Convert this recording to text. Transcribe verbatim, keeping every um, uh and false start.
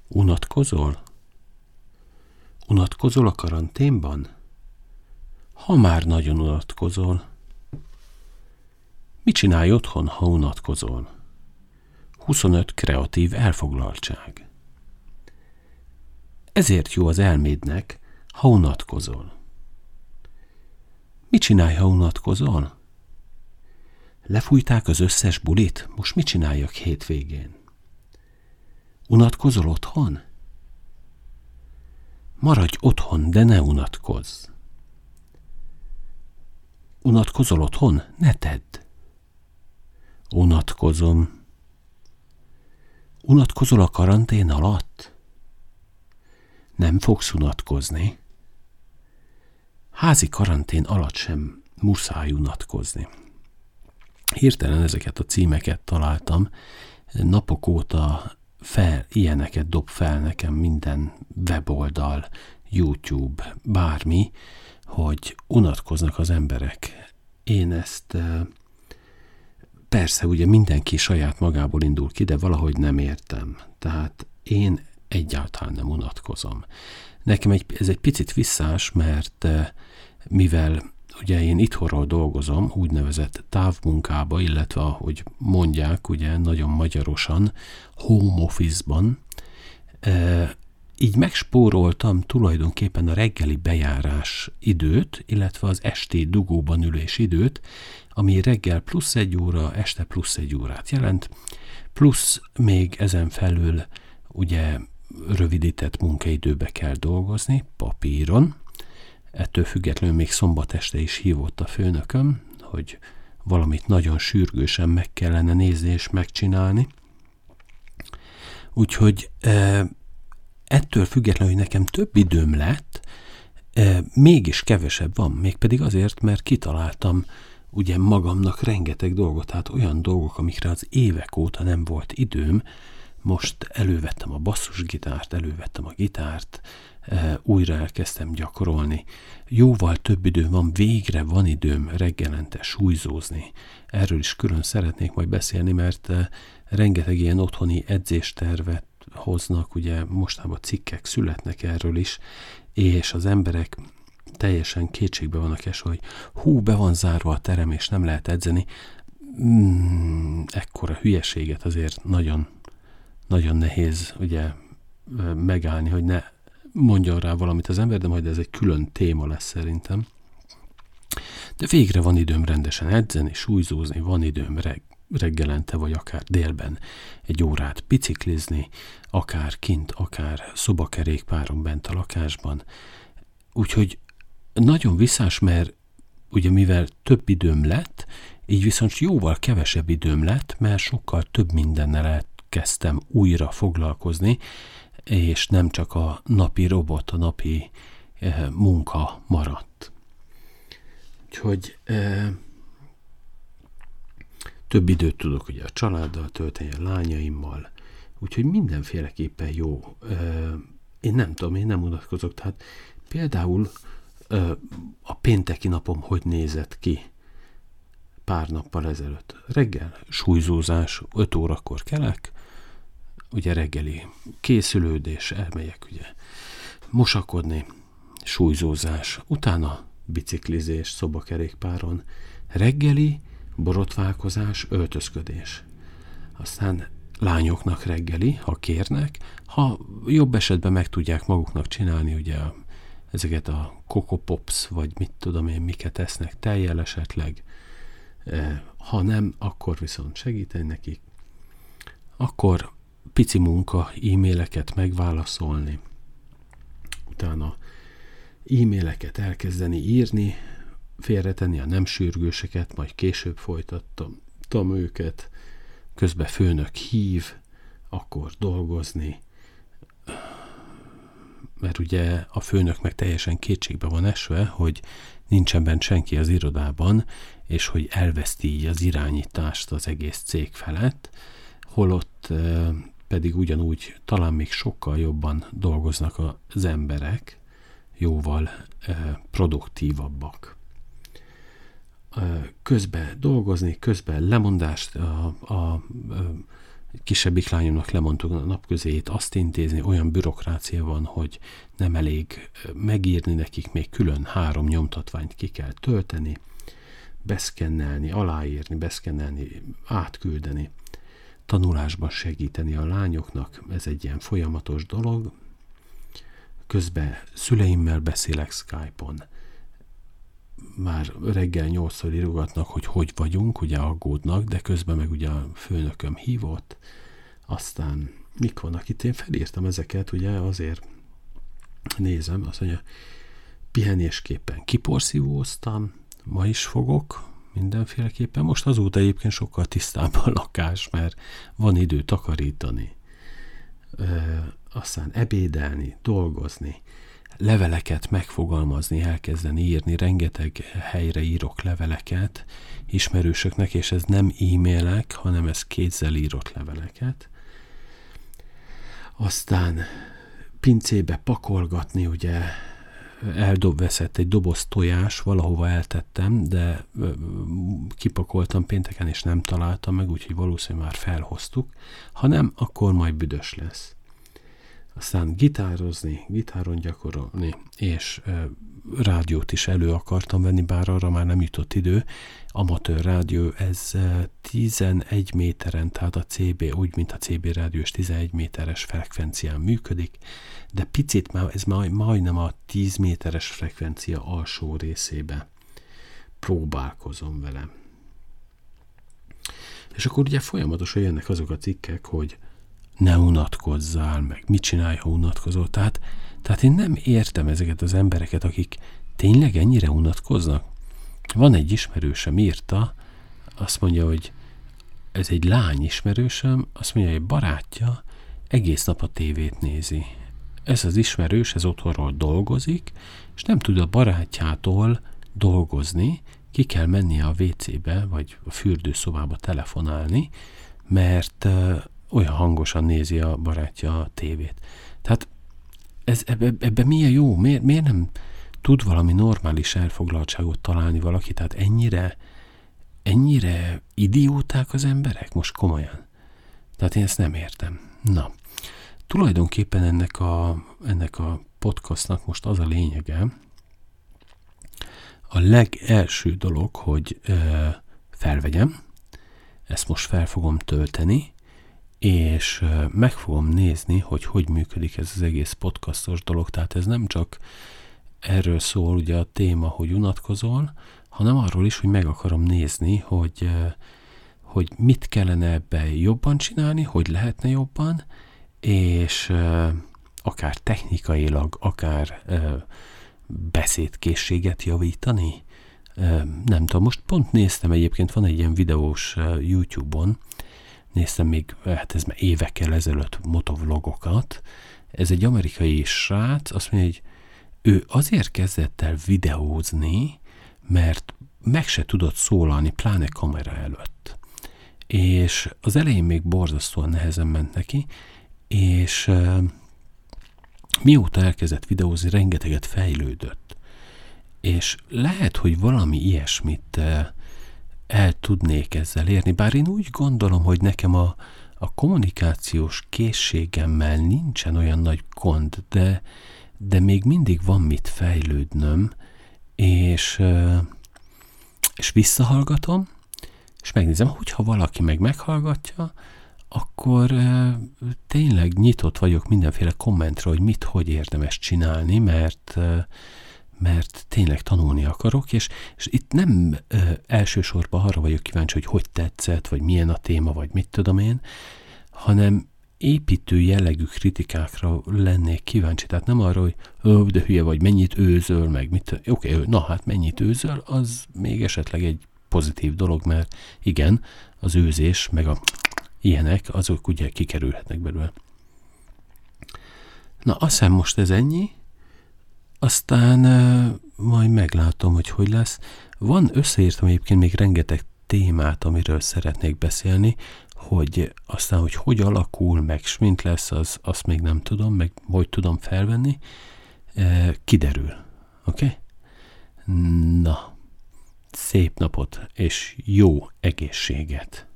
Unatkozol? Unatkozol a karanténban? Ha már nagyon unatkozol. Mit csinálj otthon, ha unatkozol? huszonöt kreatív elfoglaltság. Ezért jó az elmédnek, ha unatkozol. Mit csinálj, ha unatkozol? Lefújták az összes bulit, most mit csináljak hétvégén? Unatkozol otthon? Maradj otthon, de ne unatkozz. Unatkozol otthon? Ne tedd. Unatkozom. Unatkozol a karantén alatt? Nem fogsz unatkozni. Házi karantén alatt sem muszáj unatkozni. Hirtelen ezeket a címeket találtam. Napok óta fel, ilyeneket dob fel nekem minden weboldal, YouTube, bármi, hogy unatkoznak az emberek. Én ezt persze ugye mindenki saját magából indul ki, de valahogy nem értem. Tehát én egyáltalán nem unatkozom. Nekem egy, ez egy picit visszás, mert mivel ugye én itthonról dolgozom, úgynevezett távmunkába, illetve ahogy mondják, ugye nagyon magyarosan, home office-ban, e, így megspóroltam tulajdonképpen a reggeli bejárás időt, illetve az esti dugóban ülés időt, ami reggel plusz egy óra, este plusz egy órát jelent, plusz még ezen felül ugye rövidített munkaidőbe kell dolgozni, papíron. Ettől függetlenül még szombat este is hívott a főnököm, hogy valamit nagyon sürgősen meg kellene nézni és megcsinálni. Úgyhogy e, ettől függetlenül, hogy nekem több időm lett, e, mégis kevesebb van, mégpedig azért, mert kitaláltam ugye magamnak rengeteg dolgot, tehát olyan dolgok, amikre az évek óta nem volt időm. Most elővettem a basszusgitárt, elővettem a gitárt, újra elkezdtem gyakorolni. Jóval több időm van, végre van időm reggelente súlyzózni. Erről is külön szeretnék majd beszélni, mert rengeteg ilyen otthoni edzéstervet hoznak, ugye mostában cikkek születnek erről is, és az emberek teljesen kétségbe vannak esve, hogy hú, be van zárva a terem, és nem lehet edzeni. Mm, ekkora hülyeséget azért nagyon, nagyon nehéz ugye megállni, hogy ne mondjon rá valamit az ember, de majd ez egy külön téma lesz szerintem. De végre van időm rendesen edzeni, súlyzózni, van időm reg- reggelente, vagy akár délben egy órát biciklizni, akár kint, akár szobakerékpáron bent a lakásban. Úgyhogy nagyon visszás, mert ugye mivel több időm lett, így viszont jóval kevesebb időm lett, mert sokkal több mindennel elkezdtem újra foglalkozni, és nem csak a napi robot, a napi e, munka maradt. Úgyhogy e, több időt tudok ugye a családdal tölteni, a lányaimmal, úgyhogy mindenféleképpen jó. E, én nem tudom, én nem unatkozok, tehát például e, a pénteki napom hogy nézett ki pár nappal ezelőtt. Reggel súlyzózás, öt órakor kelek, ugye reggeli készülődés, elmegyek ugye mosakodni, súlyzózás, utána biciklizés szobakerékpáron, reggeli borotválkozás, öltözködés. Aztán lányoknak reggeli, ha kérnek, ha jobb esetben meg tudják maguknak csinálni ugye ezeket a Coco Pops, vagy mit tudom én, miket esznek, tejjel esetleg, ha nem, akkor viszont segíteni nekik. Akkor pici munka, e-maileket megválaszolni, utána e-maileket elkezdeni írni, félretenni a nem sürgőseket, majd később folytattam őket, közben főnök hív, akkor dolgozni, mert ugye a főnök meg teljesen kétségbe van esve, hogy nincsen bent senki az irodában, és hogy elveszti így az irányítást az egész cég felett, holott pedig ugyanúgy talán még sokkal jobban dolgoznak az emberek, jóval produktívabbak. Közben dolgozni, közben lemondást, a, a, a kisebbik lányomnak lemondtuk a napközéjét azt intézni, olyan bürokrácia van, hogy nem elég megírni nekik, még külön három nyomtatványt ki kell tölteni, beszkennelni, aláírni, beszkennelni, átküldeni, tanulásban segíteni a lányoknak, ez egy ilyen folyamatos dolog. Közben szüleimmel beszélek Skype-on, már reggel nyolcszor írogatnak, hogy hogy vagyunk, ugye aggódnak, de közben meg ugye a főnököm hívott, aztán mik vannak itt, én felírtam ezeket, ugye azért nézem, azt mondja, pihenésképpen kiporszívóztam, ma is fogok, mindenféleképpen, most azóta egyébként sokkal tisztább a lakás, mert van idő takarítani, Ö, aztán ebédelni, dolgozni, leveleket megfogalmazni, elkezdeni írni, rengeteg helyre írok leveleket ismerősöknek, és ez nem e-mailek, hanem ez kézzel írott leveleket. Aztán pincébe pakolgatni, ugye eldobveszett egy doboz tojás, valahova eltettem, de kipakoltam pénteken, és nem találtam meg, úgyhogy valószínűleg már felhoztuk, ha nem, akkor majd büdös lesz. Aztán gitározni, gitáron gyakorolni, és e, rádiót is elő akartam venni, bár arra már nem jutott idő. Amatőr rádió, ez e, tizenegy méteren, tehát a cé bé, úgy, mint a cé bé rádiós tizenegy méteres frekvencián működik, de picit már, ez majd, majdnem a tíz méteres frekvencia alsó részébe próbálkozom vele. És akkor ugye folyamatosan jönnek azok a cikkek, hogy ne unatkozzál, meg mit csinálj, ha unatkozol. Tehát, tehát én nem értem ezeket az embereket, akik tényleg ennyire unatkoznak. Van egy ismerősöm, írta, azt mondja, hogy ez egy lány ismerősöm, azt mondja, hogy barátja egész nap a tévét nézi. Ez az ismerős, ez otthonról dolgozik, és nem tud a barátjától dolgozni, ki kell mennie a vécébe, vagy a fürdőszobába telefonálni, mert olyan hangosan nézi a barátja a tévét. Tehát ez, ebbe, ebbe milyen jó? Miért, miért nem tud valami normális elfoglaltságot találni valaki? Tehát ennyire, ennyire idióták az emberek? Most komolyan. Tehát én ezt nem értem. Na, tulajdonképpen ennek a, ennek a podcastnak most az a lényege, a legelső dolog, hogy ö, felvegyem, ezt most fel fogom tölteni, és meg fogom nézni, hogy hogy működik ez az egész podcastos dolog. Tehát ez nem csak erről szól ugye a téma, hogy unatkozol, hanem arról is, hogy meg akarom nézni, hogy, hogy mit kellene ebben jobban csinálni, hogy lehetne jobban, és akár technikailag, akár beszédkészséget javítani. Nem tudom, most pont néztem, egyébként van egy ilyen videós YouTube-on, néztem még, hát ez már évekkel ezelőtt motovlogokat. Ez egy amerikai srác, azt mondja, hogy ő azért kezdett el videózni, mert meg se tudott szólalni, pláne kamera előtt. És az elején még borzasztóan nehezen ment neki, és uh, mióta elkezdett videózni, rengeteget fejlődött. És lehet, hogy valami ilyesmit uh, el tudnék ezzel érni, bár én úgy gondolom, hogy nekem a, a kommunikációs készségemmel nincsen olyan nagy gond, de, de még mindig van mit fejlődnöm, és, és visszahallgatom, és megnézem, hogyha valaki meg meghallgatja, akkor tényleg nyitott vagyok mindenféle kommentre, hogy mit, hogy érdemes csinálni, mert mert tényleg tanulni akarok, és, és itt nem ö, elsősorban arra vagyok kíváncsi, hogy hogy tetszett, vagy milyen a téma, vagy mit tudom én, hanem építő jellegű kritikákra lennék kíváncsi. Tehát nem arra, hogy ó, de hülye vagy, mennyit őzöl, meg mit, oké, okay, na hát mennyit őzöl, az még esetleg egy pozitív dolog, mert igen, az őzés, meg a ilyenek, azok ugye kikerülhetnek belőle. Na, azt hiszem most ez ennyi, aztán uh, majd meglátom, hogy hogy lesz. Van, összeírtam egyébként még rengeteg témát, amiről szeretnék beszélni, hogy aztán, hogy hogy alakul, meg mint lesz, az, azt még nem tudom, meg hogy tudom felvenni, uh, kiderül. Oké? Okay? Na, szép napot, és jó egészséget!